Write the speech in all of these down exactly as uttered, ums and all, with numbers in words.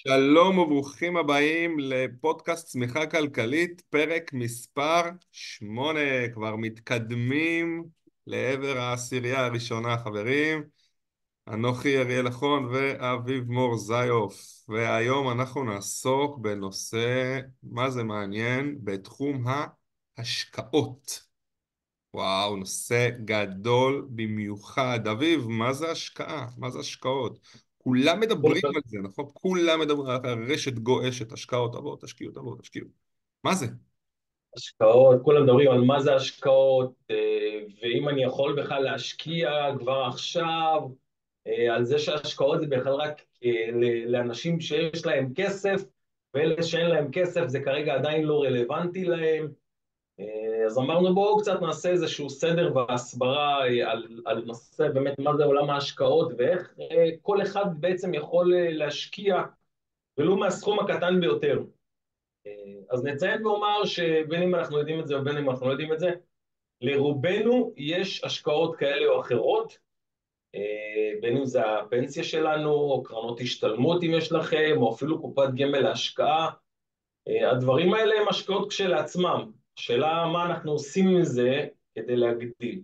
שלום וברוכים הבאים לפודקאסט צמיחה כלכלית, פרק מספר שמונה. כבר מתקדמים לעבר העשירייה הראשונה, חברים. אנוכי אריאל אחון ואביב מור זיוף, והיום אנחנו נעסוק בנושא, מה זה מעניין, בתחום ההשקעות. וואו, נושא גדול במיוחד. אביב, מה זה השקעה? מה זה השקעות? כולם מדברים על זה, נכון? כולם מדברים על הרשת גועשת, השקעות, תבואו, תשקיעו, תבואו, תשקיעו. מה זה? השקעות, כולם מדברים על מה זה השקעות, אה, ואם אני יכול בכלל להשקיע כבר עכשיו, אה, על זה שהשקעות זה בכלל רק אה, ל- לאנשים שיש להם כסף, ואלה שאין להם כסף זה כרגע עדיין לא רלוונטי להם. אה, אז אמרנו בואו קצת נעשה איזשהו סדר והסברה אה, על, על נושא באמת מה זה עולם ההשקעות, ואיך אה, כל אחד בעצם יכול אה, להשקיע, ולו מהסכום הקטן ביותר. אז נציין ואומר שבין אם אנחנו יודעים את זה ובין אם אנחנו לא יודעים את זה, לרובנו יש השקעות כאלה או אחרות, אה, בין אם זה הפנסיה שלנו, או קרנות השתלמות אם יש לכם, או אפילו קופת גמל להשקעה. אה, הדברים האלה הם השקעות כשלעצמם. השאלה מה אנחנו עושים עם זה כדי להגדיל.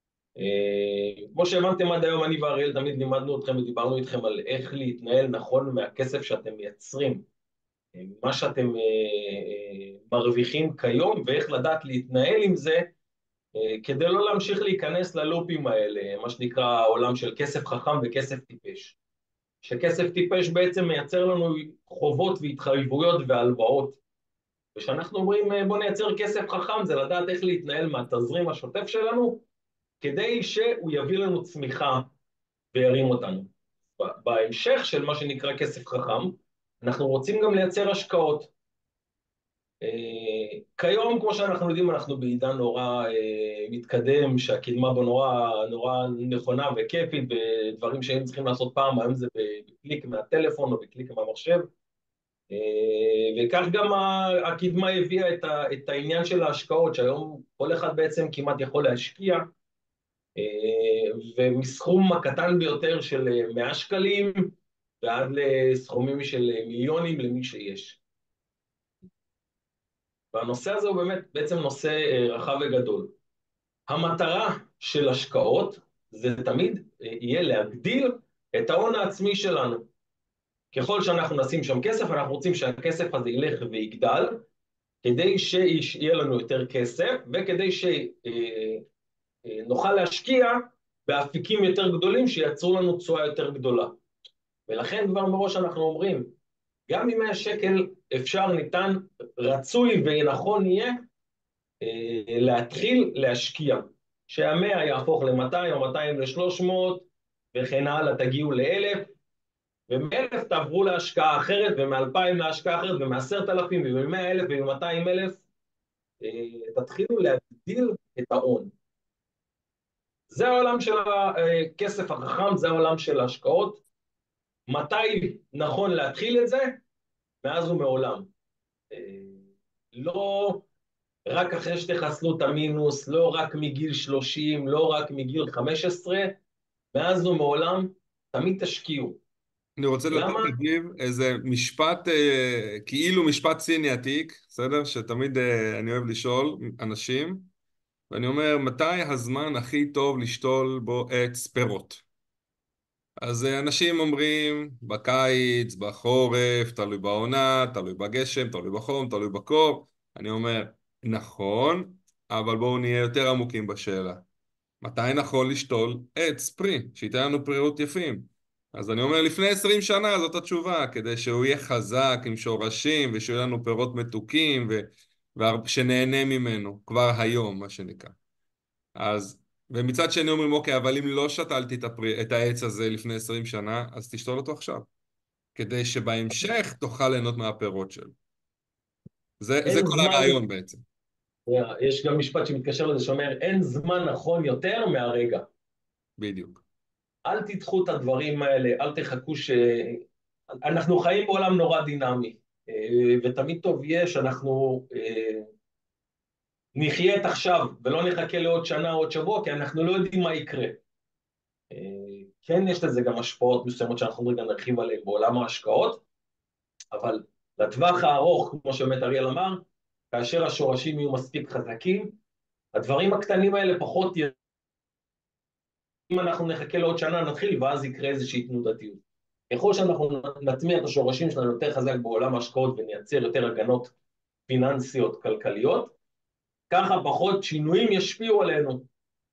אה, כמו שהבנתם עד היום, אני ואריאל תמיד לימדנו אתכם ודיברנו איתכם על איך להתנהל נכון מהכסף שאתם מייצרים. מה שאתם אה, אה, מרוויחים כיום ואיך לדעת להתנהל עם זה, אה, כדי לא להמשיך להיכנס ללופים האלה, מה שנקרא העולם של כסף חכם וכסף טיפש. שכסף טיפש בעצם מייצר לנו חובות והתחייבויות והלוואות, וכשאנחנו אומרים אה, בוא נייצר כסף חכם, זה לדעת איך להתנהל מהתזרים השוטף שלנו, כדי שהוא יביא לנו צמיחה וירים אותנו. בהמשך של מה שנקרא כסף חכם, אנחנו רוצים גם לייצר השקעות. אה, כיום, כמו שאנחנו יודעים, אנחנו בעידן נורא אה, מתקדם, שהקדמה בו נורא, נורא נכונה וכיפית, ודברים שהיינו צריכים לעשות פעם, היום זה בקליק מהטלפון או בקליק מהמחשב. אה, וכך גם ה- הקדמה הביאה את, ה, את העניין של ההשקעות, שהיום כל אחד בעצם כמעט יכול להשקיע, אה, ומסכום הקטן ביותר של אה, מאה שקלים, ועד לסכומים של אה, מיליונים למי שיש. והנושא הזה הוא באמת בעצם נושא אה, רחב וגדול. המטרה של השקעות זה תמיד אה, יהיה להגדיל את ההון העצמי שלנו. ככל שאנחנו נשים שם כסף, אנחנו רוצים שהכסף הזה ילך ויגדל, כדי שיהיה לנו יותר כסף, וכדי שנוכל להשקיע באפיקים יותר גדולים, שייצרו לנו תשואה יותר גדולה. ולכן כבר מראש אנחנו אומרים, גם עם מאה שקל אפשר, ניתן, רצוי ונכון יהיה, אה, להתחיל להשקיע, שהמאה יהפוך ל-מאתיים או מאתיים ל-שלוש מאות וכן הלאה, תגיעו ל-אלף, ומ-אלף תעברו להשקעה אחרת, ומ-אלפיים להשקעה אחרת, ומ-עשרת אלפים ומ-מאה אלף ומ-מאתיים אלף, אה, תתחילו להגדיל את ההון. זה העולם של הכסף החכם, זה העולם של ההשקעות. מתי נכון להתחיל את זה? מאז ומעולם. אה, לא רק אחרי שתחסלו את המינוס, לא רק מגיל שלושים, לא רק מגיל חמש עשרה, מאז ומעולם, תמיד תשקיעו. אני רוצה לתת, למה? אביב, איזה משפט, אה, כאילו משפט סיני עתיק, בסדר? שתמיד אה, אני אוהב לשאול אנשים, ואני אומר, מתי הזמן הכי טוב לשתול בו עץ פירות? אז אה, אנשים אומרים, בקיץ, בחורף, תלוי בעונה, תלוי בגשם, תלוי בחום, תלוי בקור. אני אומר, נכון, אבל בואו נהיה יותר עמוקים בשאלה. מתי נכון לשתול עץ פרי, שייתן לנו פירות יפים? אז אני אומר, לפני עשרים שנה זאת התשובה, כדי שהוא יהיה חזק עם שורשים, ושיהיו לנו פירות מתוקים, ו... ושנהנה ממנו, כבר היום, מה שנקרא. אז, ומצד שני אומרים, אוקיי, אבל אם לא שתלתי את, הפרי, את העץ הזה לפני עשרים שנה, אז תשתול אותו עכשיו, כדי שבהמשך תוכל ליהנות מהפירות שלו. זה, זה אין כל זמן, הרעיון בעצם. יש גם משפט שמתקשר לזה שאומר, אין זמן נכון יותר מהרגע. בדיוק. אל תדחו את הדברים האלה, אל תחכו ש... אנחנו חיים בעולם נורא דינמי, אה, ותמיד טוב יהיה שאנחנו אה, נחיה את עכשיו, ולא נחכה לעוד שנה או עוד שבוע, כי אנחנו לא יודעים מה יקרה. אה, כן, יש לזה גם השפעות מסוימות שאנחנו רגע נרחיב עליהן בעולם ההשקעות, אבל לטווח הארוך, כמו שבאמת אריאל אמר, כאשר השורשים יהיו מספיק חזקים, הדברים הקטנים האלה פחות י... אם אנחנו נחכה לעוד שנה נתחיל, ואז יקרה איזושהי תנודתיות. ככל שאנחנו נטמיע את השורשים שלנו יותר חזק בעולם ההשקעות ונייצר יותר הגנות פיננסיות, כלכליות, ככה פחות שינויים ישפיעו עלינו.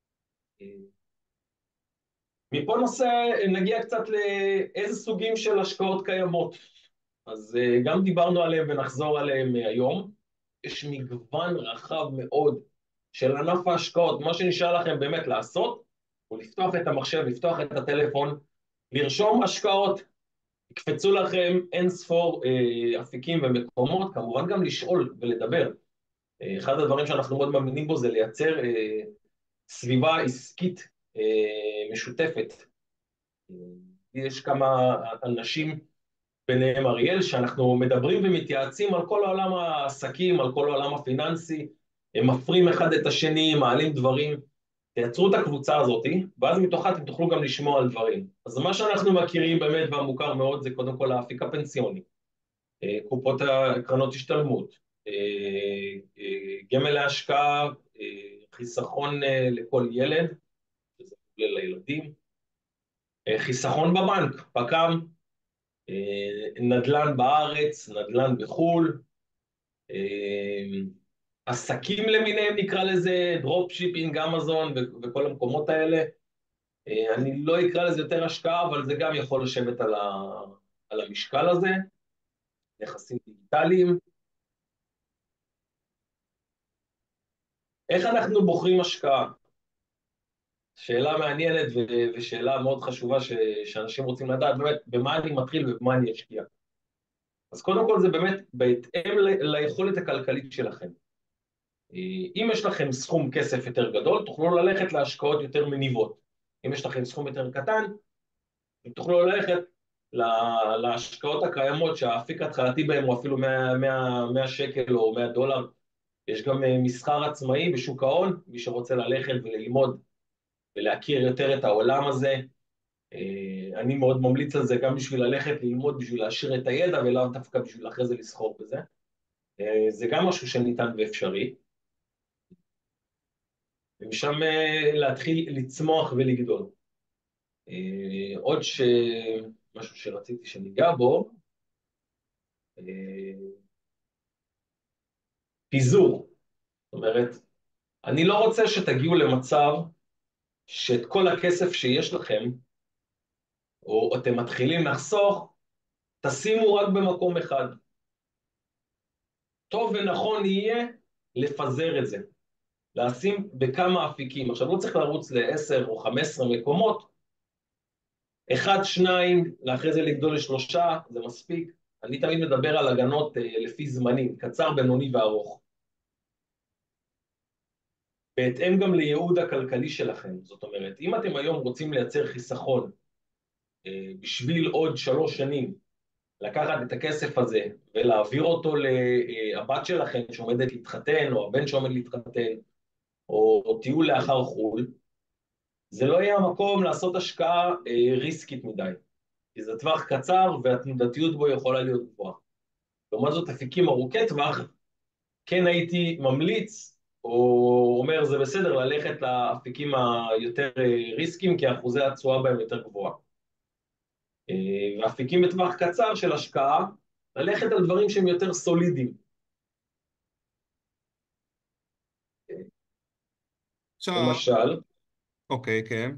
מפה נושא, נגיע קצת לאיזה סוגים של השקעות קיימות. אז גם דיברנו עליהם ונחזור עליהם היום. יש מגוון רחב מאוד של ענף ההשקעות. מה שנשאר לכם באמת לעשות, הוא לפתוח את המחשב, לפתוח את הטלפון, לרשום השקעות, יקפצו לכם אין ספור אה, אפיקים ומקומות, כמובן גם לשאול ולדבר. אה, אחד הדברים שאנחנו מאוד מאמינים בו זה לייצר אה, סביבה עסקית אה, משותפת. אה, יש כמה אנשים, ביניהם אריאל, שאנחנו מדברים ומתייעצים על כל העולם העסקים, על כל העולם הפיננסי, הם מפרים אחד את השני, מעלים דברים, תייצרו את הקבוצה הזאת, ואז מתוכה אתם תוכלו גם לשמוע על דברים. אז מה שאנחנו מכירים באמת והמוכר מאוד זה קודם כל האפיק הפנסיוני, אה, קופות הקרנות השתלמות, אה, אה, גמל להשקעה, אה, חיסכון אה, לכל ילד, שזה כולל לילדים, אה, חיסכון בבנק, פק"ם, אה, נדל"ן בארץ, נדל"ן בחו"ל, אה, עסקים למיניהם נקרא לזה, דרופ שיפינג, אמזון וכל המקומות האלה. אה, אני לא אקרא לזה יותר השקעה, אבל זה גם יכול לשבת על, ה, על המשקל הזה. נכסים דיגיטליים. איך אנחנו בוחרים השקעה? שאלה מעניינת ו- ושאלה מאוד חשובה ש- שאנשים רוצים לדעת, באמת, במה אני מתחיל ובמה אני אשקיע. אז קודם כל זה באמת בהתאם ל- ליכולת הכלכלית שלכם. אם יש לכם סכום כסף יותר גדול, תוכלו ללכת להשקעות יותר מניבות. אם יש לכם סכום יותר קטן, תוכלו ללכת להשקעות הקיימות, שהאפיק התחלתי בהם הוא אפילו מאה שקל או מאה דולר. יש גם מסחר עצמאי בשוק ההון, מי שרוצה ללכת וללמוד ולהכיר יותר את העולם הזה. אני מאוד ממליץ על זה גם בשביל ללכת ללמוד, בשביל להשאיר את הידע, ולאו דווקא בשביל אחרי זה לסחור בזה. זה גם משהו שניתן ואפשרי. ומשם אה, להתחיל לצמוח ולגדול. אה, עוד ש... משהו שרציתי שניגע בו, אה, פיזור. זאת אומרת, אני לא רוצה שתגיעו למצב שאת כל הכסף שיש לכם, או אתם מתחילים לחסוך, תשימו רק במקום אחד. טוב ונכון יהיה לפזר את זה, לשים בכמה אפיקים. עכשיו לא צריך לרוץ ל-עשר או חמש עשרה מקומות, אחד, שניים, לאחרי זה לגדול לשלושה, זה מספיק. אני תמיד מדבר על הגנות אה, לפי זמנים, קצר, בינוני וארוך. בהתאם גם לייעוד הכלכלי שלכם. זאת אומרת, אם אתם היום רוצים לייצר חיסכון אה, בשביל עוד שלוש שנים, לקחת את הכסף הזה ולהעביר אותו לבת שלכם שעומדת להתחתן, או הבן שעומד להתחתן, או, או טיול לאחר חו"ל, זה לא יהיה המקום לעשות השקעה אה, ריסקית מדי. כי זה טווח קצר והתנודתיות בו יכולה להיות גבוהה. לעומת זאת, אפיקים ארוכי טווח, כן הייתי ממליץ, או אומר זה בסדר, ללכת לאפיקים היותר ריסקים, כי אחוזי התשואה בהם יותר גבוהה. ואפיקים בטווח קצר של השקעה, ללכת על דברים שהם יותר סולידיים. עכשיו, למשל, אוקיי, כן.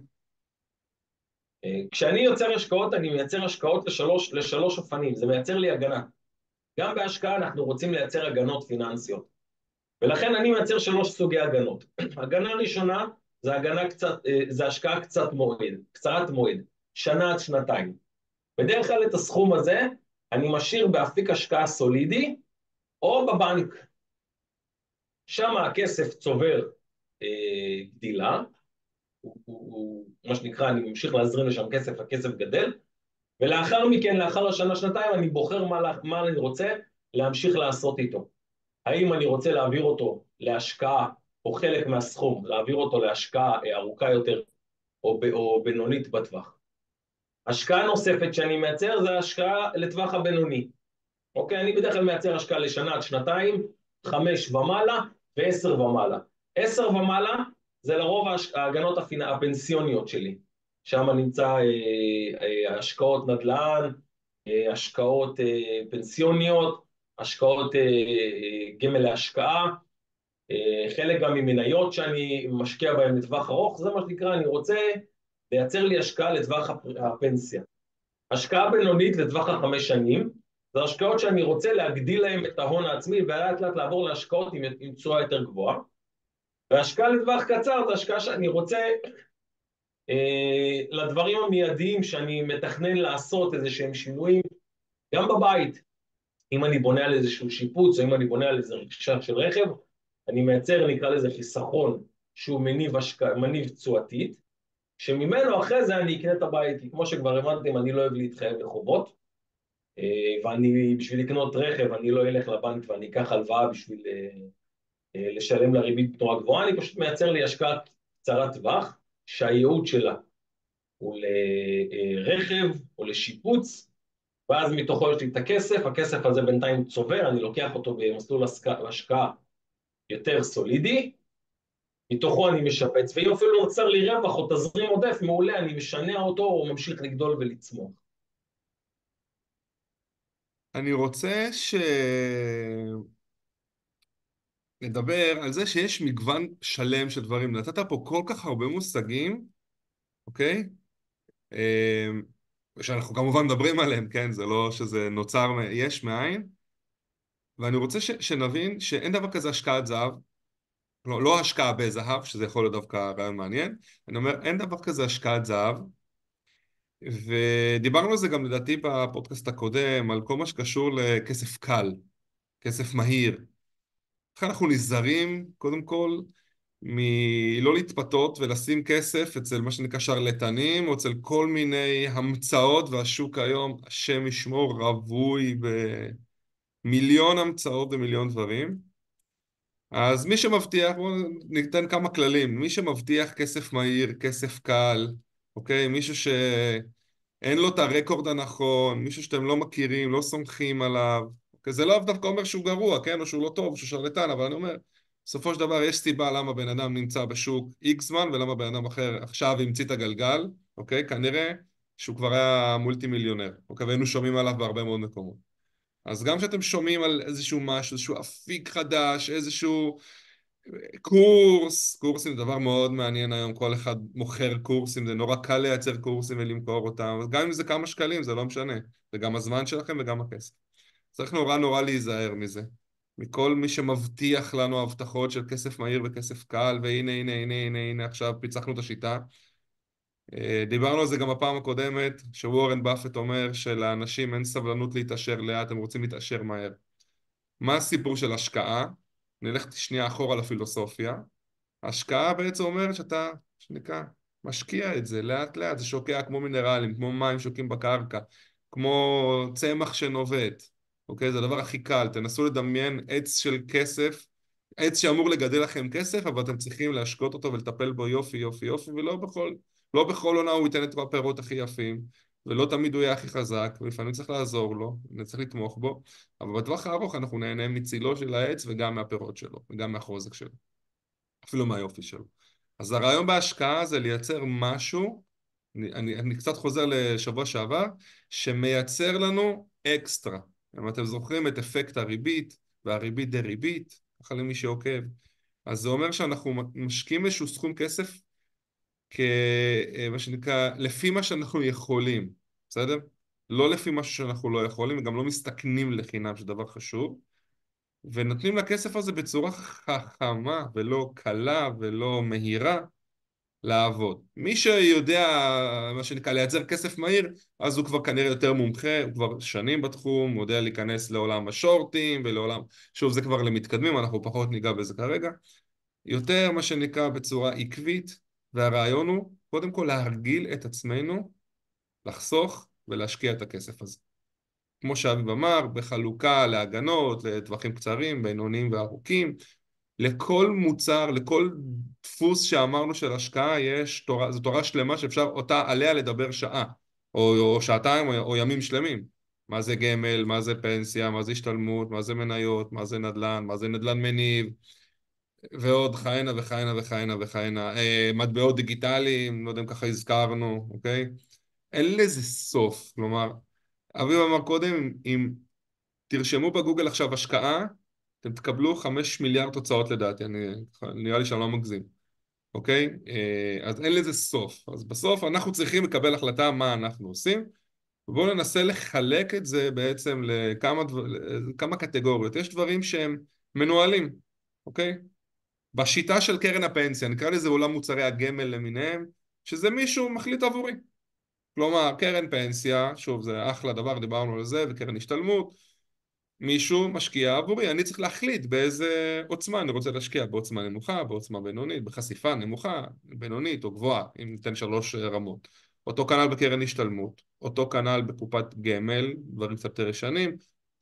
כשאני יוצר השקעות, אני מייצר השקעות לשלוש, לשלוש אופנים, זה מייצר לי הגנה. גם בהשקעה אנחנו רוצים לייצר הגנות פיננסיות. ולכן אני מייצר שלוש סוגי הגנות. הגנה ראשונה זה הגנה קצת, זה השקעה קצת מועד, קצרת מועד, שנה עד שנתיים. בדרך כלל את הסכום הזה אני משאיר באפיק השקעה סולידי או בבנק. שם הכסף צובר אה, גדילה, הוא, הוא, הוא, מה שנקרא, אני ממשיך להזרים לשם כסף, הכסף גדל, ולאחר מכן, לאחר השנה, שנתיים, אני בוחר מה, מה אני רוצה להמשיך לעשות איתו. האם אני רוצה להעביר אותו להשקעה, או חלק מהסכום, להעביר אותו להשקעה ארוכה יותר, או, או בינונית בטווח. השקעה נוספת שאני מייצר זה השקעה לטווח הבינוני. אוקיי? אני בדרך כלל מייצר השקעה לשנה עד שנתיים, חמש ומעלה ועשר ומעלה. עשר ומעלה זה לרוב ההש- ההגנות הפינ... הפנסיוניות שלי. שם נמצא אה, אה, השקעות נדל"ן, אה, השקעות אה, פנסיוניות, השקעות אה, אה, גמל להשקעה, אה, חלק גם ממניות שאני משקיע בהן לטווח ארוך, זה מה שנקרא, אני רוצה לייצר לי השקעה לטווח הפ- הפנסיה. השקעה בינונית לטווח החמש שנים, זה השקעות שאני רוצה להגדיל להם את ההון העצמי ולאט לאט לעבור להשקעות עם, עם תשואה יותר גבוהה. והשקעה לטווח קצר זה השקעה שאני רוצה אה, לדברים המיידיים שאני מתכנן לעשות איזה שהם שינויים, גם בבית. אם אני בונה על איזשהו שיפוץ או אם אני בונה על איזה רכישה של רכב, אני מייצר, נקרא לזה חיסכון שהוא מניב, השקעה, מניב תשואתית, שממנו אחרי זה אני אקנה את הבית, כי כמו שכבר הבנתם, אני לא אוהב להתחייב לחובות. אה, ואני, בשביל לקנות רכב, אני לא אלך לבנק ואני אקח הלוואה בשביל אה, אה, לשלם לה ריבית בתנועה גבוהה, אני פשוט מייצר לי השקעה קצרת טווח, שהייעוד שלה הוא לרכב או לשיפוץ, ואז מתוכו יש לי את הכסף, הכסף הזה בינתיים צובר, אני לוקח אותו במסלול השקעה יותר סולידי, מתוכו אני משפץ, ואם אפילו נוצר לי רווח או תזרים עודף מעולה, אני משנע אותו או ממשיך לגדול ולצמוח. אני רוצה שנדבר על זה שיש מגוון שלם של דברים. נתת פה כל כך הרבה מושגים, אוקיי? אה, שאנחנו כמובן מדברים עליהם, כן? זה לא שזה נוצר מ- יש מאין. ואני רוצה ש, שנבין שאין דבר כזה השקעת זהב, לא, לא השקעה בזהב, שזה יכול להיות דווקא רעיון מעניין. אני אומר, אין דבר כזה השקעת זהב, ודיברנו על זה גם לדעתי בפודקאסט הקודם, על כל מה שקשור לכסף קל, כסף מהיר. איך אנחנו נזהרים, קודם כל, מלא להתפתות ולשים כסף אצל מה שנקרא שרלטנים, או אצל כל מיני המצאות, והשוק היום, השם ישמור, רווי במיליון המצאות ומיליון דברים. אז מי שמבטיח, בואו ניתן כמה כללים, מי שמבטיח כסף מהיר, כסף קל, אוקיי? מישהו שאין לו את הרקורד הנכון, מישהו שאתם לא מכירים, לא סומכים עליו, אוקיי? זה לא דווקא אומר שהוא גרוע, כן? או שהוא לא טוב, שהוא שרלטן, אבל אני אומר, בסופו של דבר יש סיבה למה בן אדם נמצא בשוק X זמן ולמה בן אדם אחר עכשיו המציא את הגלגל, אוקיי? כנראה שהוא כבר היה מולטי מיליונר, אוקיי? והיינו שומעים עליו בהרבה מאוד מקומות. אז גם כשאתם שומעים על איזשהו משהו, איזשהו אפיק חדש, איזשהו קורס, קורסים זה דבר מאוד מעניין היום, כל אחד מוכר קורסים, זה נורא קל לייצר קורסים ולמכור אותם, גם אם זה כמה שקלים, זה לא משנה, זה גם הזמן שלכם וגם הכסף. צריך נורא נורא להיזהר מזה, מכל מי שמבטיח לנו הבטחות של כסף מהיר וכסף קל, והנה הנה הנה הנה הנה עכשיו פיצחנו את השיטה. אה, דיברנו על זה גם בפעם הקודמת, שוורן באפט אומר שלאנשים אין סבלנות להתעשר לאט, הם רוצים להתעשר מהר. מה הסיפור של השקעה? נלך שנייה אחורה לפילוסופיה. השקעה בעצם אומרת שאתה, שנקרא, משקיע את זה לאט לאט, זה שוקע כמו מינרלים, כמו מים שוקעים בקרקע, כמו צמח שנובט, אוקיי? זה הדבר הכי קל, תנסו לדמיין עץ של כסף, עץ שאמור לגדל לכם כסף, אבל אתם צריכים להשקות אותו ולטפל בו יופי יופי יופי, ולא בכל, לא בכל עונה הוא ייתן את הפירות הכי יפים, ולא תמיד הוא יהיה הכי חזק, ולפעמים צריך לעזור לו, צריך לתמוך בו, אבל בטווח הארוך אנחנו נהנה מצילו של העץ וגם מהפירות שלו, וגם מהחוזק שלו. אפילו מהיופי שלו. אז הרעיון בהשקעה זה לייצר משהו, אני, אני, אני קצת חוזר לשבוע שעבר, שמייצר לנו אקסטרה. אם אתם זוכרים את אפקט הריבית והריבית דריבית, ככה למי שעוקב, אז זה אומר שאנחנו משקיעים איזשהו סכום כסף כמה שנקרא, לפי מה שאנחנו יכולים, בסדר? לא לפי משהו שאנחנו לא יכולים, וגם לא מסתכנים לחינם, שזה דבר חשוב. ונותנים לכסף הזה בצורה חכמה ולא קלה ולא מהירה לעבוד. מי שיודע, מה שנקרא, לייצר כסף מהיר, אז הוא כבר כנראה יותר מומחה, הוא כבר שנים בתחום, הוא יודע להיכנס לעולם השורטים ולעולם, שוב זה כבר למתקדמים, אנחנו פחות ניגע בזה כרגע, יותר מה שנקרא בצורה עקבית, והרעיון הוא קודם כל להרגיל את עצמנו לחסוך ולהשקיע את הכסף הזה. כמו שאביב אמר, בחלוקה להגנות, לטווחים קצרים, בינוניים וארוכים. לכל מוצר, לכל דפוס שאמרנו של השקעה, יש תורה, זו תורה שלמה שאפשר אותה עליה לדבר שעה, או, או שעתיים, או, או ימים שלמים. מה זה גמל, מה זה פנסיה, מה זה השתלמות, מה זה מניות, מה זה נדל"ן, מה זה נדל"ן מניב, ועוד כהנה וכהנה וכהנה וכהנה. אה, מטבעות דיגיטליים, לא יודע אם ככה הזכרנו, אוקיי? אין לזה סוף. כלומר, אביב אמר קודם, אם תרשמו בגוגל עכשיו השקעה, אתם תקבלו חמש מיליארד תוצאות לדעתי, אני, נראה לי שאני לא מגזים, אוקיי? אה, אז אין לזה סוף. אז בסוף אנחנו צריכים לקבל החלטה מה אנחנו עושים, ובואו ננסה לחלק את זה בעצם לכמה דבר, לכמה קטגוריות. יש דברים שהם מנוהלים, אוקיי? בשיטה של קרן הפנסיה, נקרא לזה עולם מוצרי הגמל למיניהם, שזה מישהו מחליט עבורי. כלומר, קרן פנסיה, שוב, זה אחלה דבר, דיברנו על זה, וקרן השתלמות, מישהו משקיע עבורי, אני צריך להחליט באיזה עוצמה אני רוצה להשקיע, בעוצמה נמוכה, בעוצמה בינונית, בחשיפה נמוכה, בינונית או גבוהה, אם ניתן שלוש רמות. אותו כנ"ל בקרן השתלמות, אותו כנ"ל בקופת גמל, דברים קצת יותר ישנים,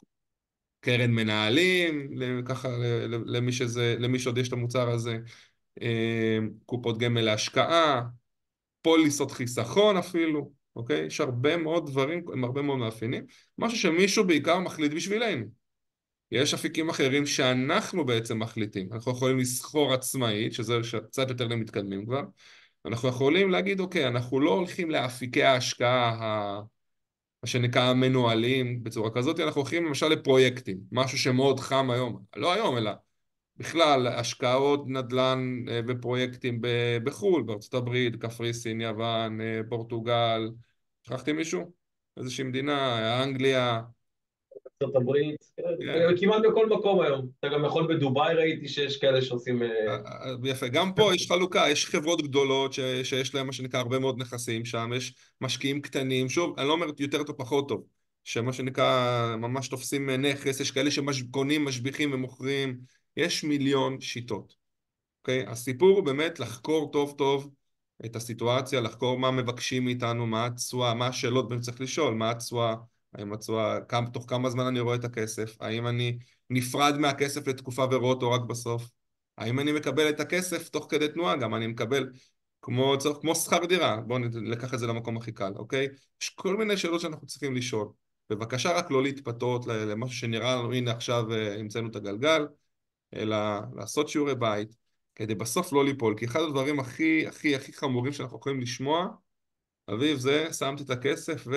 קרן מנהלים, ככה למי שזה, למי שעוד יש את המוצר הזה, אה, קופות גמל להשקעה, פוליסות חיסכון אפילו, אוקיי? יש הרבה מאוד דברים עם הרבה מאוד מאפיינים, משהו שמישהו בעיקר מחליט בשבילנו. יש אפיקים אחרים שאנחנו בעצם מחליטים. אנחנו יכולים לסחור עצמאית, שזה קצת יותר למתקדמים כבר. אנחנו יכולים להגיד, אוקיי, אנחנו לא הולכים לאפיקי ההשקעה, ה- מה שנקרא המנוהלים בצורה כזאת, אנחנו הולכים למשל לפרויקטים, משהו שמאוד חם היום, לא היום, אלא בכלל, השקעות נדל"ן אה, ופרויקטים ב- בחו"ל, בארצות הברית, קפריסין, יוון, אה, פורטוגל. שכחתי מישהו? איזושהי מדינה, אנגליה. ארצות הברית, כן. כמעט בכל מקום היום. אתה גם יכול בדובאי, ראיתי שיש כאלה שעושים... אה, אה, אה, יפה, גם פה יש חלוקה, יש חברות גדולות ש, שיש להן מה שנקרא הרבה מאוד נכסים שם, יש משקיעים קטנים, שוב, אני לא אומר יותר טוב פחות טוב, שמה שנקרא ממש תופסים נכס, יש כאלה שקונים, משביחים ומוכרים, יש מיליון שיטות. אוקיי? הסיפור הוא באמת לחקור טוב טוב את הסיטואציה, לחקור מה מבקשים מאיתנו, מה התשואה, מה השאלות באמת צריך לשאול, מה התשואה, האם התשואה, כמה, תוך כמה זמן אני רואה את הכסף, האם אני נפרד מהכסף לתקופה ורואה אותו רק בסוף, האם אני מקבל את הכסף תוך כדי תנועה, גם אני מקבל כמו, צורך, כמו שכר דירה, בואו ניקח את זה למקום הכי קל, אוקיי? יש כל מיני שאלות שאנחנו צריכים לשאול. בבקשה רק לא להתפתות למשהו שנראה לנו, הנה עכשיו אה, המצאנו את הגלגל, אלא לעשות שיעורי בית, כדי בסוף לא ליפול, כי אחד הדברים הכי הכי הכי חמורים שאנחנו יכולים לשמוע, אביב, זה שמתי את הכסף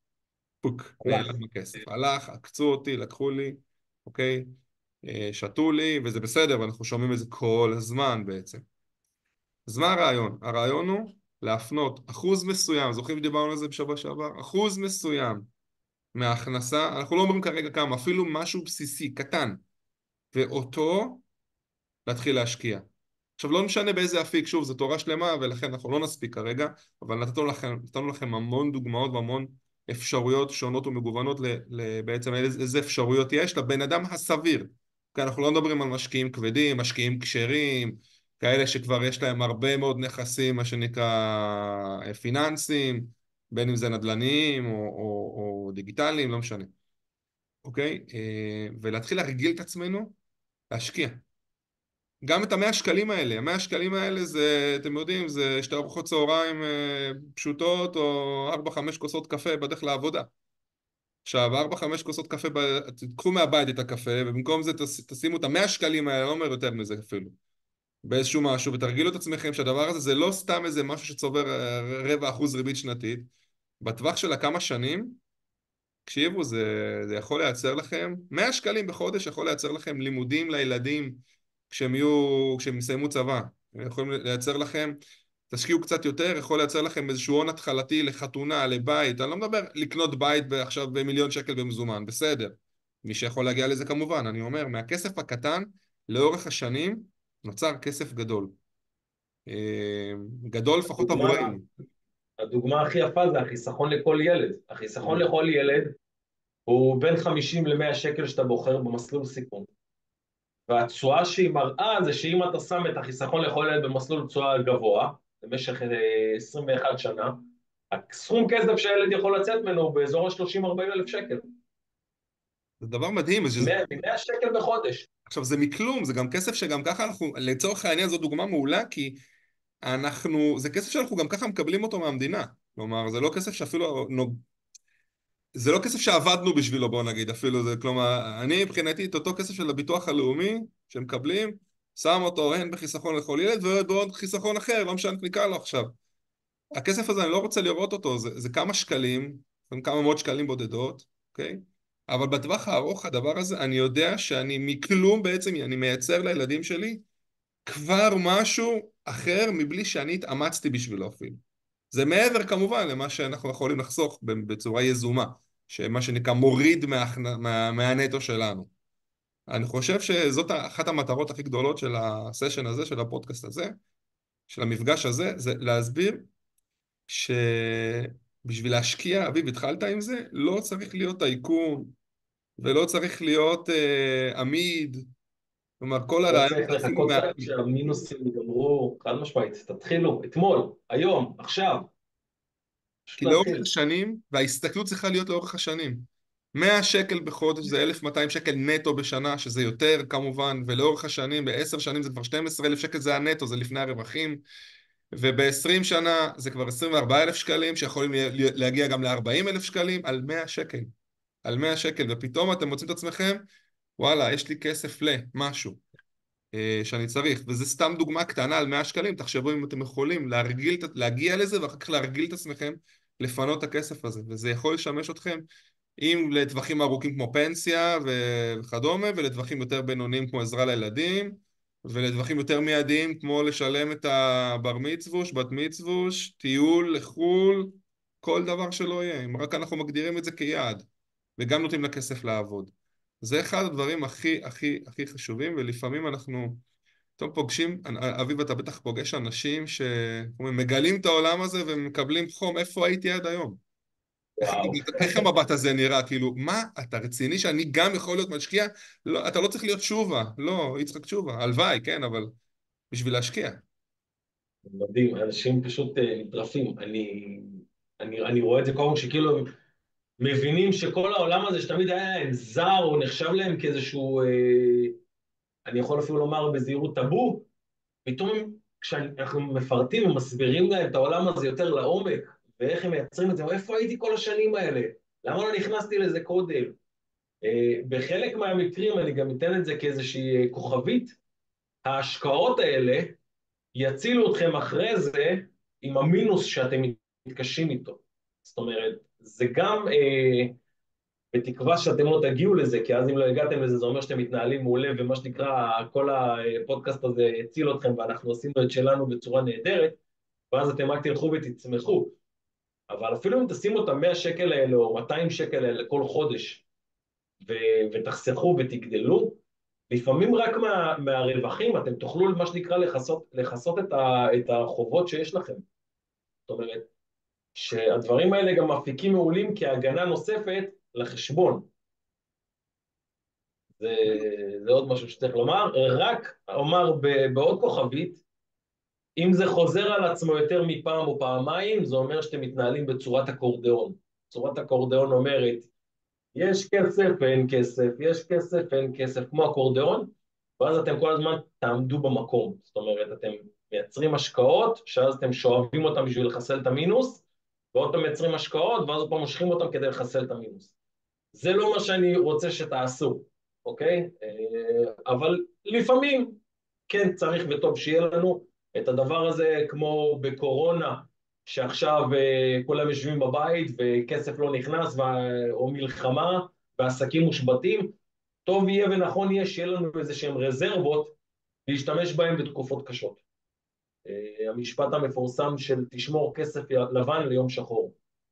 ופוק, הלך. נעלם הכסף. הלך, עקצו אותי, לקחו לי, אוקיי, אה, שתו לי, וזה בסדר, ואנחנו שומעים את זה כל הזמן בעצם. אז מה הרעיון? הרעיון הוא להפנות אחוז מסוים, זוכרים שדיברנו על זה בשבוע שעבר? אחוז מסוים מההכנסה, אנחנו לא אומרים כרגע כמה, אפילו משהו בסיסי, קטן, ואותו להתחיל להשקיע. עכשיו לא משנה באיזה אפיק, שוב, זו תורה שלמה ולכן אנחנו לא נספיק כרגע, אבל נתנו לכם, נתנו לכם המון דוגמאות והמון אפשרויות שונות ומגוונות ל, ל, בעצם איזה, איזה אפשרויות יש לבן אדם הסביר. כי אנחנו לא מדברים על משקיעים כבדים, משקיעים כשרים, כאלה שכבר יש להם הרבה מאוד נכסים, מה שנקרא אה, פיננסים, בין אם זה נדל"ניים או, או, או דיגיטליים, לא משנה. אוקיי? אה, ולהתחיל להרגיל את עצמנו להשקיע. גם את המאה שקלים האלה, המאה שקלים האלה זה, אתם יודעים, זה שתי ארוחות צהריים אה, פשוטות או ארבע חמש כוסות קפה בדרך לעבודה. עכשיו, ארבע חמש כוסות קפה, ב... תקחו מהבית את הקפה, ובמקום זה תש... תשימו את המאה שקלים האלה, אני לא אומר יותר מזה אפילו, באיזשהו משהו, ותרגילו את עצמכם שהדבר הזה זה לא סתם איזה משהו שצובר אה, רבע אחוז ריבית שנתית. בטווח של הכמה שנים, תקשיבו, זה, זה יכול לייצר לכם, מאה שקלים בחודש יכול לייצר לכם לימודים לילדים כשהם יהיו, כשהם יסיימו צבא. הם יכולים לייצר לכם, תשקיעו קצת יותר, יכול לייצר לכם איזשהו הון התחלתי לחתונה, לבית. אני לא מדבר לקנות בית עכשיו במיליון שקל במזומן, בסדר. מי שיכול להגיע לזה כמובן, אני אומר, מהכסף הקטן, לאורך השנים, נוצר כסף גדול. אה, גדול לפחות הדוגמה, עבורנו. הדוגמה הכי יפה זה החיסכון לכל ילד. החיסכון לכל ילד הוא בין חמישים ל-מאה שקל שאתה בוחר במסלול סיכון. והתשואה שהיא מראה זה שאם אתה שם את החיסכון לכל ילד במסלול תשואה גבוה, במשך אה, עשרים ואחת שנה, הסכום כסף שהילד יכול לצאת ממנו הוא באזור ה-שלושים ארבעים אלף שקל. זה דבר מדהים. שזה, מאה שקל בחודש. עכשיו זה מכלום, זה גם כסף שגם ככה אנחנו, לצורך העניין זו דוגמה מעולה, כי אנחנו, זה כסף שאנחנו גם ככה מקבלים אותו מהמדינה. כלומר, זה לא כסף שאפילו, נו, זה לא כסף שעבדנו בשבילו, בוא נגיד, אפילו זה, כלומר, אני מבחינתי את אותו כסף של הביטוח הלאומי שמקבלים, שם אותו הן בחיסכון לכל ילד ועוד חיסכון אחר, לא משנה איך נקרא לו עכשיו. הכסף הזה אני לא רוצה לראות אותו, זה, זה כמה שקלים, לפעמים כמה מאות שקלים בודדות, אוקיי? אבל בטווח הארוך הדבר הזה, אני יודע שאני מכלום בעצם, אני מייצר לילדים שלי כבר משהו אחר מבלי שאני התאמצתי בשבילו אפילו. זה מעבר כמובן למה שאנחנו יכולים לחסוך בצורה יזומה, שמה שנקרא מוריד מה, מה, מהנטו שלנו. אני חושב שזאת אחת המטרות הכי גדולות של הסשן הזה, של הפודקאסט הזה, של המפגש הזה, זה להסביר שבשביל להשקיע, אביב, התחלת עם זה, לא צריך להיות טייקון, ולא צריך להיות אה, עמיד, כלומר כל לא הרעיון צריך זה אפילו לחכות מה... רק שהמינוסים ייגמרו, חד משמעית, תתחילו, אתמול, היום, עכשיו, פשוט כי לאורך להתחיל. השנים, וההסתכלות צריכה להיות לאורך השנים. מאה שקל בחודש זה אלף ומאתיים שקל נטו בשנה, שזה יותר כמובן, ולאורך השנים, בעשר שנים זה כבר שנים עשר אלף שקל, זה הנטו, זה לפני הרווחים, וב-עשרים שנה זה כבר עשרים וארבעה אלף שקלים, שיכולים להגיע גם ל-ארבעים אלף שקלים, על מאה שקל. על מאה שקל, ופתאום אתם מוצאים את עצמכם, וואלה, יש לי כסף למשהו. אה, שאני צריך, וזה סתם דוגמה קטנה על מאה שקלים, תחשבו אם אתם יכולים להרגיל, להגיע לזה ואחר כך להרגיל את עצמכם לפנות את הכסף הזה, וזה יכול לשמש אתכם אם לטווחים ארוכים כמו פנסיה וכדומה, ולטווחים יותר בינוניים כמו עזרה לילדים, ולטווחים יותר מיידיים כמו לשלם את הבר מצווש, בת מצווש, טיול לחו"ל, כל דבר שלא יהיה, אם רק אנחנו מגדירים את זה כיעד, וגם נותנים לכסף לעבוד. זה אחד הדברים הכי הכי הכי חשובים, ולפעמים אנחנו פתאום פוגשים, אביב אתה בטח פוגש אנשים שמגלים את העולם הזה ומקבלים חום, איפה הייתי עד היום? איך, וואו. איך המבט הזה נראה? כאילו, מה, אתה רציני שאני גם יכול להיות משקיע? לא, אתה לא צריך להיות תשובה, לא, יצחק תשובה, הלוואי, כן, אבל בשביל להשקיע. מדהים, אנשים פשוט אה, נטרפים. אני, אני, אני רואה את זה כל הזמן שכאילו הם מבינים שכל העולם הזה שתמיד היה להם זר, או נחשב להם כאיזשהו, אה, אני יכול אפילו לומר בזהירות טאבו, פתאום הם- כשאנחנו מפרטים ומסבירים להם את העולם הזה יותר לעומק, ואיך הם מייצרים את זה, או איפה הייתי כל השנים האלה? למה לא נכנסתי לזה קודם? אה, בחלק מהמקרים, אני גם אתן את זה כאיזושהי אה, כוכבית, ההשקעות האלה יצילו אתכם אחרי זה עם המינוס שאתם מתקשים איתו. זאת אומרת, זה גם אה, בתקווה שאתם לא תגיעו לזה, כי אז אם לא הגעתם לזה, זה אומר שאתם מתנהלים מעולה, ומה שנקרא, כל הפודקאסט הזה הציל אתכם, ואנחנו עשינו את שלנו בצורה נהדרת, ואז אתם רק תלכו ותצמחו. אבל אפילו אם תשימו את ה-מאה שקל האלה, או מאתיים שקל האלה כל חודש, ו- ותחסכו ותגדלו, לפעמים רק מה, מהרווחים אתם תוכלו, מה שנקרא, לכסות, לכסות את, ה, את החובות שיש לכם. זאת אומרת, שהדברים האלה גם מפיקים מעולים כהגנה נוספת לחשבון. זה, זה עוד משהו שצריך לומר. רק אומר ב- בעוד כוכבית, אם זה חוזר על עצמו יותר מפעם או פעמיים, זה אומר שאתם מתנהלים בצורת אקורדיאון. צורת אקורדיאון אומרת, יש כסף ואין כסף, יש כסף ואין כסף, כמו אקורדיאון, ואז אתם כל הזמן תעמדו במקום. זאת אומרת, אתם מייצרים השקעות, שאז אתם שואבים אותם בשביל לחסל את המינוס, ועוד פעם מייצרים השקעות, ואז עוד פעם מושכים אותם כדי לחסל את המינוס. זה לא מה שאני רוצה שתעשו, אוקיי? אה, אבל לפעמים כן צריך וטוב שיהיה לנו את הדבר הזה, כמו בקורונה, שעכשיו אה, כולם יושבים בבית וכסף לא נכנס, או מלחמה, ועסקים מושבתים, טוב יהיה ונכון יהיה שיהיה לנו איזה שהם רזרבות להשתמש בהם בתקופות קשות. אה, המשפט המפורסם של תשמור כסף לבן ליום שחור.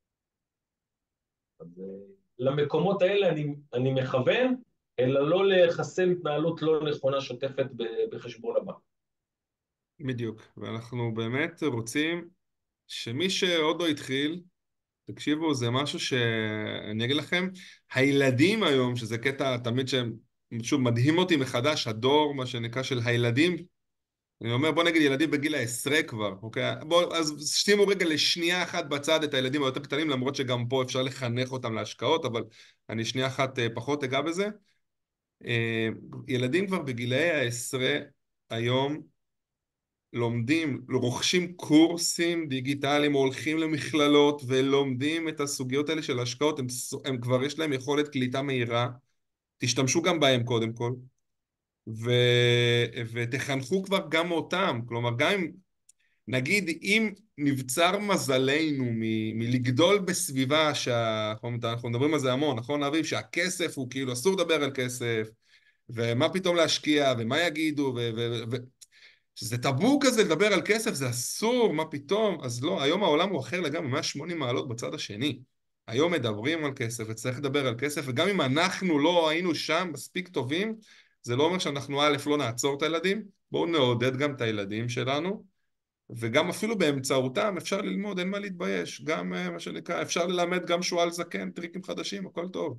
אז אה, למקומות האלה אני, אני מכוון, אלא לא לחסל התנהלות לא נכונה שוטפת בחשבון הבנק. בדיוק, ואנחנו באמת רוצים שמי שעוד לא התחיל, תקשיבו, זה משהו שאני אגיד לכם, הילדים היום, שזה קטע תמיד שהם, שוב, מדהים אותי מחדש, הדור, מה שנקרא, של הילדים, אני אומר, בוא נגיד ילדים בגיל העשרה כבר, אוקיי? בוא, אז שימו רגע לשנייה אחת בצד את הילדים היותר קטנים, למרות שגם פה אפשר לחנך אותם להשקעות, אבל אני שנייה אחת אה, פחות אגע בזה. אה, ילדים כבר בגילאי העשרה היום, לומדים, רוכשים קורסים דיגיטליים, או הולכים למכללות ולומדים את הסוגיות האלה של השקעות, הם, הם כבר יש להם יכולת קליטה מהירה, תשתמשו גם בהם קודם כל, ו, ותחנכו כבר גם אותם, כלומר גם אם, נגיד אם נבצר מזלנו מ, מלגדול בסביבה, שאנחנו מדברים על זה המון, נכון אביב, שהכסף הוא כאילו אסור לדבר על כסף, ומה פתאום להשקיע, ומה יגידו, ו, ו, ו, שזה טאבו כזה לדבר על כסף, זה אסור, מה פתאום? אז לא, היום העולם הוא אחר לגמרי, מאה ושמונים מעלות בצד השני. היום מדברים על כסף, וצריך לדבר על כסף, וגם אם אנחנו לא היינו שם מספיק טובים, זה לא אומר שאנחנו א' לא נעצור את הילדים, בואו נעודד גם את הילדים שלנו, וגם אפילו באמצעותם אפשר ללמוד, אין מה להתבייש, גם מה שנקרא, אפשר ללמד גם שועל זקן, טריקים חדשים, הכל טוב.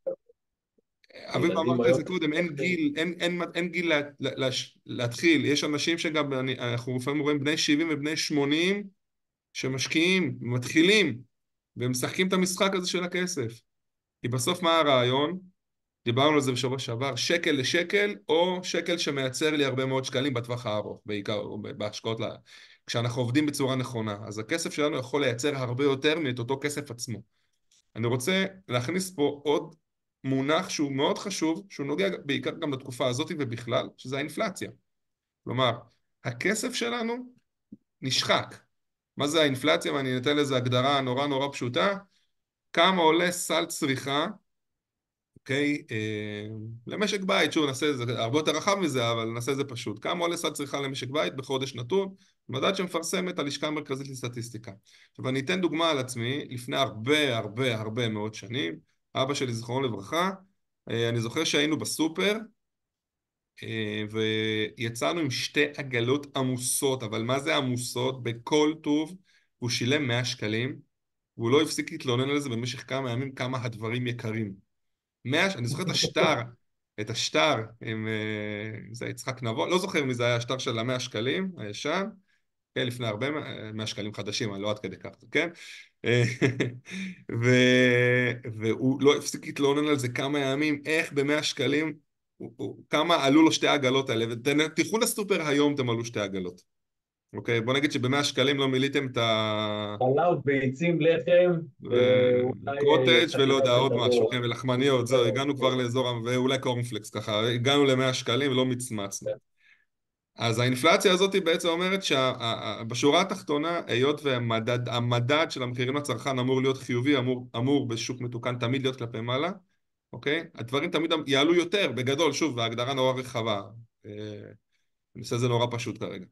אביב הילדים אמרת את היום זה קודם, אין מפתחים. גיל, אין, אין, אין גיל לה, לה, להתחיל, יש אנשים שגם, אני, אנחנו לפעמים רואים בני שבעים ובני שמונים שמשקיעים, מתחילים, והם משחקים את המשחק הזה של הכסף. כי בסוף מה הרעיון? דיברנו על זה בשבוע שעבר, שקל לשקל, או שקל שמייצר לי הרבה מאוד שקלים בטווח הארוך, בעיקר בהשקעות, לה, כשאנחנו עובדים בצורה נכונה. אז הכסף שלנו יכול לייצר הרבה יותר מאת אותו כסף עצמו. אני רוצה להכניס פה עוד מונח שהוא מאוד חשוב, שהוא נוגע בעיקר גם לתקופה הזאת ובכלל, שזה האינפלציה. כלומר, הכסף שלנו נשחק. מה זה האינפלציה? ואני אתן לזה הגדרה נורא נורא פשוטה. כמה עולה סל צריכה, אוקיי? אה, למשק בית, שוב, נעשה את זה הרבה יותר רחב מזה, אבל נעשה את זה פשוט. כמה עולה סל צריכה למשק בית בחודש נתון? מדד שמפרסמת הלשכה המרכזית לסטטיסטיקה. עכשיו, אני אתן דוגמה על עצמי, לפני הרבה הרבה הרבה מאוד שנים, אבא שלי זיכרונו לברכה, אה, אני זוכר שהיינו בסופר, אה, ויצאנו עם שתי עגלות עמוסות, אבל מה זה עמוסות? בכל טוב, הוא שילם מאה שקלים, והוא לא הפסיק להתלונן על זה במשך כמה ימים, כמה הדברים יקרים. מאה, אני זוכר את השטר, את השטר עם, אה, זה יצחק נבון, לא זוכר מי זה היה השטר של המאה שקלים, הישן, כן, לפני הרבה, מאה שקלים חדשים, אני לא עד כדי כך, כן? אה, ו... והוא לא הפסיק להתלונן על זה כמה ימים, איך במאה שקלים, הוא, הוא, כמה עלו לו שתי העגלות האלה, ותלכו לסופר היום תמלאו שתי עגלות, אוקיי? בוא נגיד שבמאה שקלים לא מיליתם את ה... חלב, ביצים, לחם, ואולי אה, קוטג' קצת ולא יודע לבשל את עוד משהו, הראש. כן, ולחמניות, זהו, הגענו כבר לאזור, ואולי קורנפלקס ככה, הגענו למאה שקלים ולא מצמצנו. אז האינפלציה הזאת היא בעצם אומרת שבשורה התחתונה, היות והמדד המדד של המחירים לצרכן אמור להיות חיובי, אמור, אמור בשוק מתוקן תמיד להיות כלפי מעלה, אוקיי? הדברים תמיד יעלו יותר, בגדול, שוב, וההגדרה נורא רחבה. אה, אני עושה את זה נורא פשוט כרגע.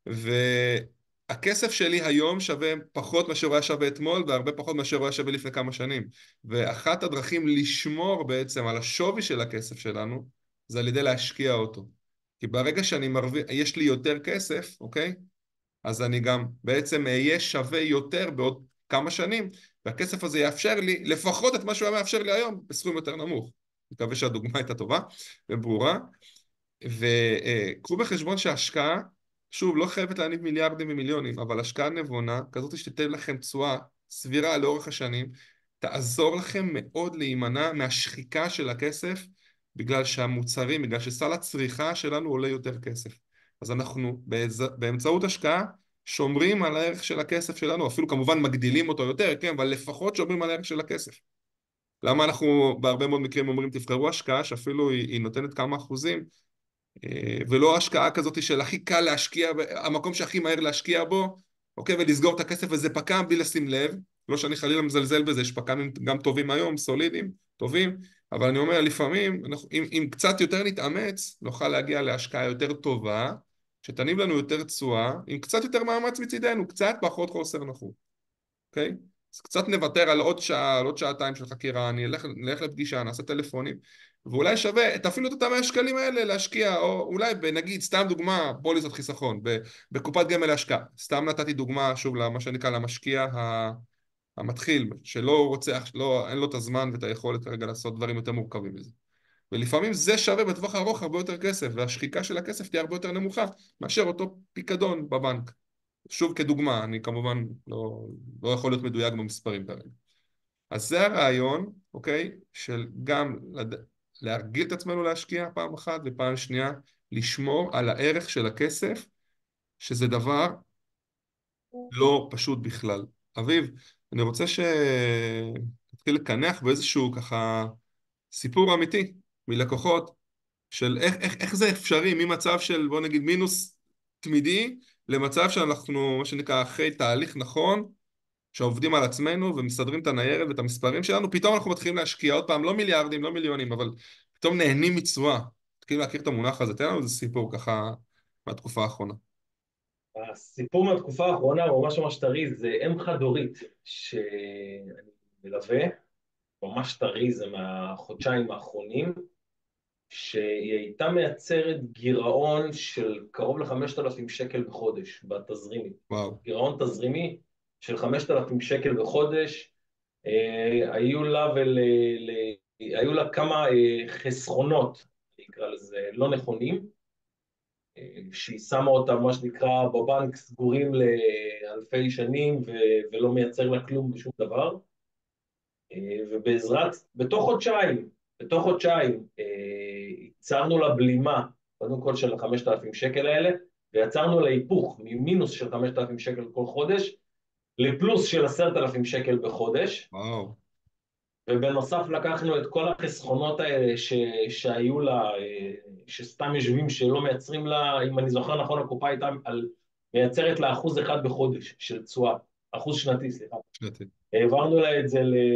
והכסף שלי היום שווה פחות מאשר הוא היה שווה אתמול, והרבה פחות מאשר הוא היה שווה לפני כמה שנים. ואחת הדרכים לשמור בעצם על השווי של הכסף שלנו, זה על ידי להשקיע אותו. כי ברגע שאני מרוויח, יש לי יותר כסף, אוקיי? אז אני גם בעצם אהיה שווה יותר בעוד כמה שנים, והכסף הזה יאפשר לי לפחות את מה שהוא היה מאפשר לי היום, בסכום יותר נמוך. אני מקווה שהדוגמה הייתה טובה וברורה. וקחו בחשבון שההשקעה, שוב, לא חייבת להניב מיליארדים ומיליונים, אבל השקעה נבונה, כזאת שתיתן לכם תשואה סבירה לאורך השנים, תעזור לכם מאוד להימנע מהשחיקה של הכסף, בגלל שהמוצרים, בגלל שסל הצריכה שלנו עולה יותר כסף. אז אנחנו באמצעות השקעה שומרים על הערך של הכסף שלנו, אפילו כמובן מגדילים אותו יותר, כן, אבל לפחות שומרים על הערך של הכסף. למה אנחנו בהרבה מאוד מקרים אומרים תבחרו השקעה שאפילו היא, היא נותנת כמה אחוזים, ולא השקעה כזאת של הכי קל להשקיע, המקום שהכי מהר להשקיע בו, אוקיי, ולסגור את הכסף וזה פקם בלי לשים לב, לא שאני חלילה מזלזל בזה, יש פקמים גם טובים היום, סולידיים, טובים, אבל אני אומר, לפעמים, אנחנו, אם, אם קצת יותר נתאמץ, נוכל להגיע להשקעה יותר טובה, שתניב לנו יותר תשואה, עם קצת יותר מאמץ מצידנו, קצת פחות חוסר נוחות, אוקיי? אז קצת נוותר על עוד שעה, על עוד שעתיים של חקירה, אני אלך, נלך לפגישה, נעשה טלפונים, ואולי שווה את אפילו את אותם מאה שקלים האלה להשקיע, או אולי נגיד, סתם דוגמה, פוליסות חיסכון, בקופת גמל להשקעה. סתם נתתי דוגמה, שוב, למה שנקרא, למשקיע המתחיל, שלא רוצה, לא, אין לו את הזמן ואת היכולת כרגע לעשות דברים יותר מורכבים מזה. ולפעמים זה שווה בטווח הארוך הרבה יותר כסף, והשחיקה של הכסף תהיה הרבה יותר נמוכה, מאשר אותו פיקדון בבנק. שוב כדוגמה, אני כמובן לא, לא יכול להיות מדויק במספרים כרגע. אז זה הרעיון, אוקיי, של גם לד... להרגיל את עצמנו להשקיע פעם אחת, ופעם שנייה לשמור על הערך של הכסף, שזה דבר לא פשוט בכלל. אביב, אני רוצה שתתחיל לקנח באיזשהו ככה סיפור אמיתי מלקוחות של איך, איך, איך זה אפשרי ממצב של בוא נגיד מינוס תמידי למצב שאנחנו מה שנקרא אחרי תהליך נכון שעובדים על עצמנו ומסדרים את הניירת ואת המספרים שלנו, פתאום אנחנו מתחילים להשקיע עוד פעם, לא מיליארדים, לא מיליונים, אבל פתאום נהנים מתשואה. מתחילים להכיר את המונח הזה, תן לנו איזה סיפור ככה מהתקופה האחרונה. הסיפור מהתקופה האחרונה הוא ממש ממש טרי, זה אם חד-הורית שאני מלווה, ממש טרי, זה מהחודשיים האחרונים, שהיא הייתה מייצרת גירעון של קרוב ל-חמשת אלפים שקל בחודש בתזרימי. וואו. גירעון תזרימי של חמשת אלפים שקל בחודש. אה, היו לה, ול, ל, היו לה כמה אה, חסכונות, נקרא לזה, לא נכונים, אה, שהיא שמה אותם, מה שנקרא, בבנק סגורים לאלפי שנים ו, ולא מייצר לה כלום בשום דבר. אה, ובעזרת, בתוך חודשיים, בתוך חודשיים, אה, יצרנו לה בלימה, קודם כל של ה-חמשת אלפים שקל האלה, ויצרנו לה היפוך ממינוס של חמשת אלפים שקל כל חודש, לפלוס של עשרת אלפים שקל בחודש, וואו. ובנוסף לקחנו את כל החסכונות האלה ש, שהיו לה, אה, שסתם יושבים שלא מייצרים לה, אם אני זוכר נכון, הקופה הייתה על, מייצרת לה אחוז אחד בחודש של תשואה, אחוז שנתי, סליחה. שנתי. העברנו לה את זה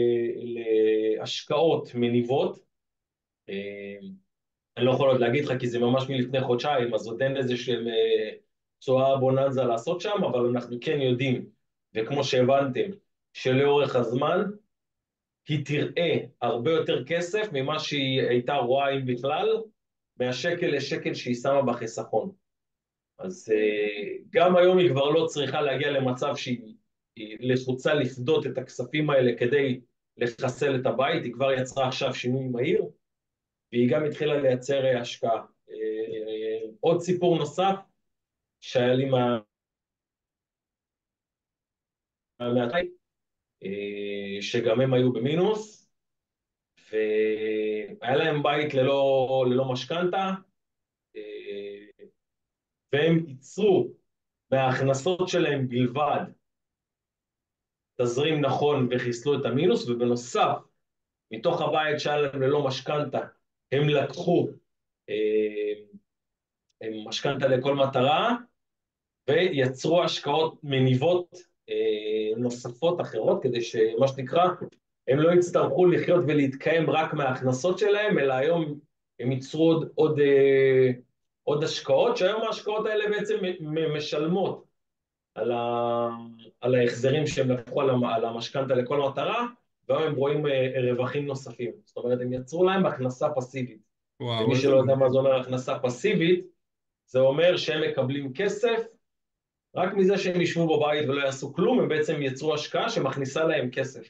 להשקעות מניבות. אה, אני לא יכול עוד להגיד לך כי זה ממש מלפני חודשיים, אז עוד אין איזה שהם אה, תשואה בוננזה לעשות שם, אבל אנחנו כן יודעים, וכמו שהבנתם, שלאורך הזמן היא תראה הרבה יותר כסף ממה שהיא הייתה רואה אם בכלל, מהשקל לשקל שהיא שמה בחיסכון. אז אה, גם היום היא כבר לא צריכה להגיע למצב שהיא לחוצה לפדות את הכספים האלה כדי לחסל את הבית, היא כבר יצרה עכשיו שינוי מהיר, והיא גם התחילה לייצר אה, השקעה. אה, עוד סיפור נוסף שהיה לי מה- מהתיים, אה, שגם הם היו במינוס, והיה להם בית ללא, ללא משכנתה, אה, והם ייצרו מההכנסות שלהם בלבד תזרים נכון וחיסלו את המינוס, ובנוסף, מתוך הבית שהיה להם ללא משכנתה, הם לקחו אה, משכנתה לכל מטרה, ויצרו השקעות מניבות אה, נוספות אחרות, כדי שמה שנקרא, הם לא יצטרכו לחיות ולהתקיים רק מההכנסות שלהם, אלא היום הם ייצרו עוד, עוד, אה, עוד השקעות, שהיום ההשקעות האלה בעצם משלמות על, ה, על ההחזרים שהם לקחו על, על המשכנתה לכל מטרה, והיום הם רואים אה, רווחים נוספים. זאת אומרת, הם יצרו להם הכנסה פסיבית. וואו, ומי איזה שלא יודע מה זה מדהים. אומר הכנסה פסיבית, זה אומר שהם מקבלים כסף, רק מזה שהם ישבו בבית ולא יעשו כלום, הם בעצם יצרו השקעה שמכניסה להם כסף.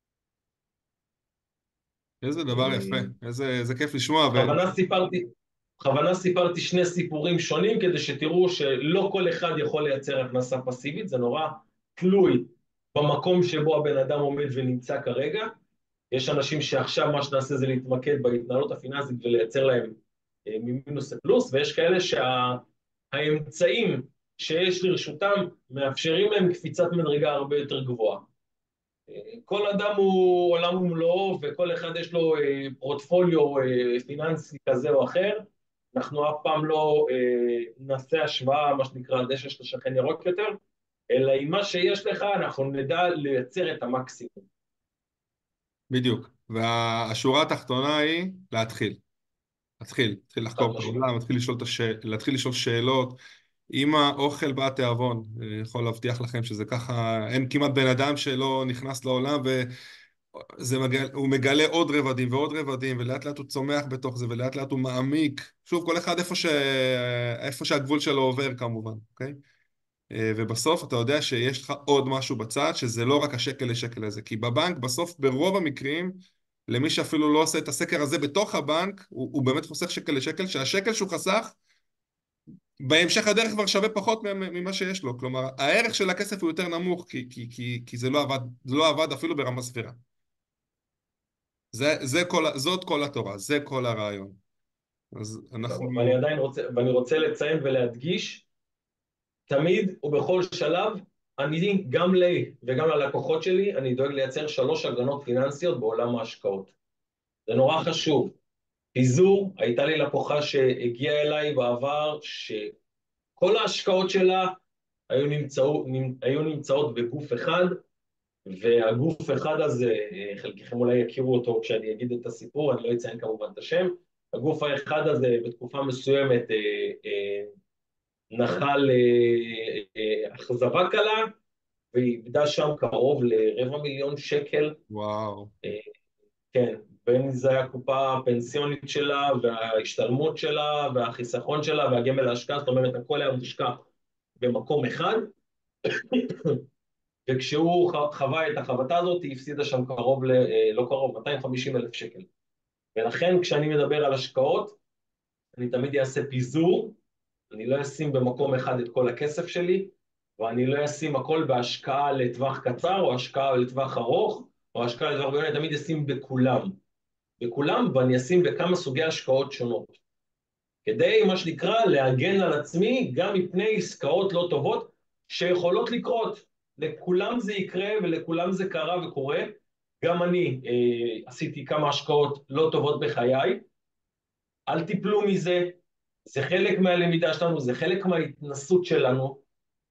איזה דבר יפה. אה, איזה, איזה כיף לשמוע. ו... בכוונה סיפרתי, בכוונה סיפרתי שני סיפורים שונים, כדי שתראו שלא כל אחד יכול לייצר הכנסה פסיבית, זה נורא תלוי במקום שבו הבן אדם עומד ונמצא כרגע. יש אנשים שעכשיו מה שנעשה זה להתמקד בהתנהלות הפיננסית ולייצר להם אה, ממינוס לפלוס, ויש כאלה שהאמצעים שיש לרשותם מאפשרים להם קפיצת מדרגה הרבה יותר גבוהה. כל אדם הוא עולם ומלואו, וכל אחד יש לו אה, פורטפוליו אה, פיננסי כזה או אחר. אנחנו אף פעם לא אה, נעשה השוואה, מה שנקרא, דשא של שכן ירוק יותר, אלא עם מה שיש לך, אנחנו נדע לייצר את המקסימום. בדיוק. והשורה התחתונה היא להתחיל. להתחיל, להתחיל חד לחקור את משמעית. העולם, להתחיל לשאול, את הש... להתחיל לשאול שאלות. עם האוכל בא התיאבון, אני יכול להבטיח לכם שזה ככה, אין כמעט בן אדם שלא נכנס לעולם וזה מגל... הוא מגלה עוד רבדים ועוד רבדים, ולאט לאט הוא צומח בתוך זה, ולאט לאט הוא מעמיק. שוב, כל אחד איפה, ש... איפה שהגבול שלו עובר כמובן, אוקיי? אה, ובסוף אתה יודע שיש לך עוד משהו בצד, שזה לא רק השקל לשקל הזה. כי בבנק, בסוף, ברוב המקרים, למי שאפילו לא עושה את הסקר הזה בתוך הבנק, הוא, הוא באמת חוסך שקל לשקל, שהשקל שהוא חסך, בהמשך הדרך כבר שווה פחות ממה שיש לו. כלומר, הערך של הכסף הוא יותר נמוך, כי, כי, כי, כי זה לא עבד, זה לא עבד אפילו ברמה סבירה. זה, זה כל, זאת כל התורה, זה כל הרעיון. אז אנחנו... ואני עדיין רוצה, ואני רוצה לציין ולהדגיש, תמיד ובכל שלב, אני גם לי וגם ללקוחות שלי, אני דואג לייצר שלוש הגנות פיננסיות בעולם ההשקעות. זה נורא חשוב. פיזור, הייתה לי לקוחה שהגיעה אליי בעבר, שכל ההשקעות שלה היו, נמצאו, היו נמצאות בגוף אחד, והגוף אחד הזה, חלקכם אולי יכירו אותו כשאני אגיד את הסיפור, אני לא אציין כמובן את השם, הגוף האחד הזה בתקופה מסוימת אה, אה, נחל אה, אה, אכזבה קלה, ואיבדה שם קרוב לרבע מיליון שקל, וואו. אה, כן, בין אם זה הקופה הפנסיונית שלה, וההשתלמות שלה, והחיסכון שלה, והגמל להשקעה, זאת אומרת, הכל היה מושקע במקום אחד, וכשהוא חווה את החבטה הזאת, היא הפסידה שם קרוב, ל, אה, לא קרוב, מאתיים וחמישים אלף שקל. ולכן כשאני מדבר על השקעות, אני תמיד אעשה פיזור, אני לא אשים במקום אחד את כל הכסף שלי, ואני לא אשים הכל בהשקעה לטווח קצר, או השקעה לטווח ארוך, או השקעה לטווח בינוני, אני תמיד אשים בכולם. בכולם, ואני אשים בכמה סוגי השקעות שונות. כדי, מה שנקרא, להגן על עצמי גם מפני עסקאות לא טובות שיכולות לקרות. לכולם זה יקרה ולכולם זה קרה וקורה. גם אני אה, עשיתי כמה השקעות לא טובות בחיי. אל תיפלו מזה, זה חלק מהלמידה שלנו, זה חלק מההתנסות שלנו,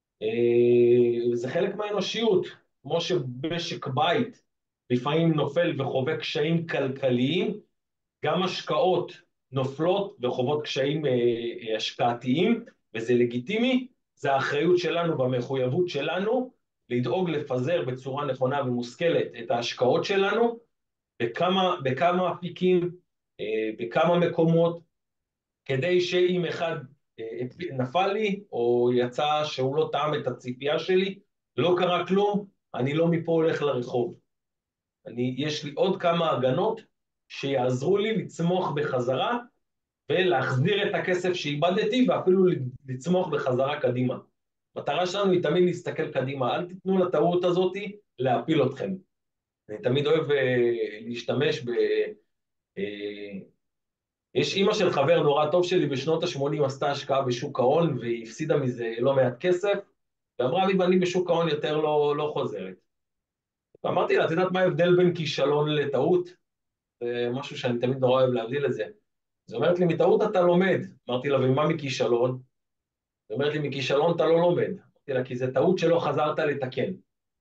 אה, זה חלק מהאנושיות. כמו שבמשק בית לפעמים נופל וחווה קשיים כלכליים, גם השקעות נופלות וחוות קשיים אה, אה, השקעתיים, וזה לגיטימי, זה האחריות שלנו והמחויבות שלנו לדאוג לפזר בצורה נכונה ומושכלת את ההשקעות שלנו בכמה, בכמה אפיקים, אה, בכמה מקומות, כדי שאם אחד אה, נפל לי או יצא שהוא לא טעם את הציפייה שלי, לא קרה כלום, אני לא מפה הולך לרחוב. אני, יש לי עוד כמה הגנות שיעזרו לי לצמוח בחזרה ולהחזיר את הכסף שאיבדתי ואפילו לצמוח בחזרה קדימה. המטרה שלנו היא תמיד להסתכל קדימה, אל תיתנו לטעות הזאת להפיל אתכם. אני תמיד אוהב אה, להשתמש ב... אה, יש אימא של חבר נורא טוב שלי בשנות ה-שמונים עשתה השקעה בשוק ההון והיא הפסידה מזה לא מעט כסף, ואמרה לי, ואני בשוק ההון יותר לא, לא חוזרת. ואמרתי לה, את יודעת מה ההבדל בין כישלון לטעות? זה משהו שאני תמיד נורא אוהב להבדיל את זה. אז היא אומרת לי, מטעות אתה לומד. אמרתי לה, ומה מכישלון? היא אומרת לי, מכישלון אתה לא לומד. אמרתי לה, כי זה טעות שלא חזרת לתקן.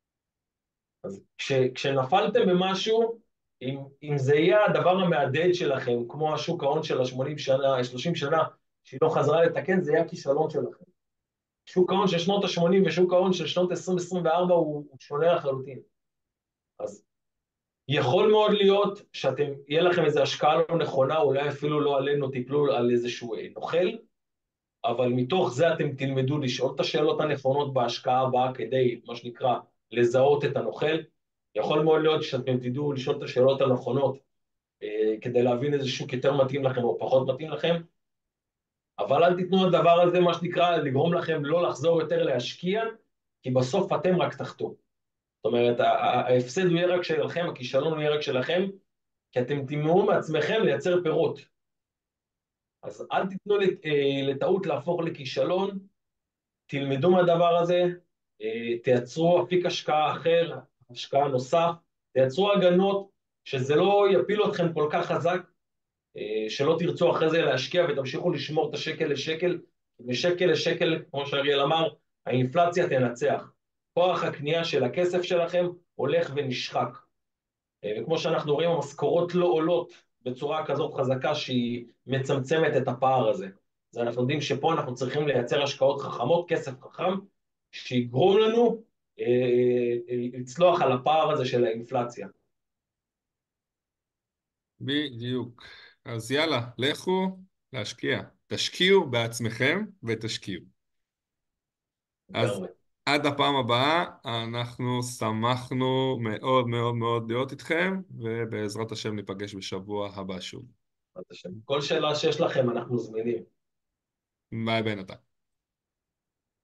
אז כש, כשנפלתם במשהו, אם, אם זה יהיה הדבר המהדהד שלכם, כמו השוק ההון של ה-שמונים שנה, שלושים שנה, שהיא לא חזרה לתקן, זה יהיה הכישלון שלכם. שוק ההון של שנות ה-שמונים ושוק ההון של שנות עשרים עשרים וארבע הוא, הוא שונה לחלוטין. אז יכול מאוד להיות שאתם, יהיה לכם איזו השקעה לא נכונה, אולי אפילו לא עלינו, תיפלו על איזשהו נוכל, אבל מתוך זה אתם תלמדו לשאול את השאלות הנכונות בהשקעה הבאה כדי, מה שנקרא, לזהות את הנוכל. יכול מאוד להיות שאתם תדעו לשאול את השאלות הנכונות אה, כדי להבין איזה שוק יותר מתאים לכם או פחות מתאים לכם, אבל אל תיתנו לדבר הזה, מה שנקרא, לגרום לכם לא לחזור יותר להשקיע, כי בסוף אתם רק תחתו. זאת אומרת, ההפסד הוא יהיה רק שלכם, הכישלון הוא יהיה רק שלכם, כי אתם תמנעו מעצמכם לייצר פירות. אז אל תיתנו לטעות להפוך לכישלון, תלמדו מהדבר הזה, תייצרו אפיק השקעה אחר, השקעה נוסף, תייצרו הגנות, שזה לא יפיל אתכם כל כך חזק, שלא תרצו אחרי זה להשקיע ותמשיכו לשמור את השקל לשקל, משקל לשקל, כמו שאריאל אמר, האינפלציה תנצח. כוח הקנייה של הכסף שלכם הולך ונשחק. וכמו שאנחנו רואים, המשכורות לא עולות בצורה כזאת חזקה שהיא מצמצמת את הפער הזה. אז אנחנו יודעים שפה אנחנו צריכים לייצר השקעות חכמות, כסף חכם, שיגרום לנו אה, אה, לצלוח על הפער הזה של האינפלציה. בדיוק. אז יאללה, לכו להשקיע. תשקיעו בעצמכם ותשקיעו. אז לגמרי. עד הפעם הבאה, אנחנו שמחנו מאוד מאוד מאוד להיות איתכם, ובעזרת השם ניפגש בשבוע הבא שוב. כל שאלה שיש לכם אנחנו זמינים. ביי בינתיים.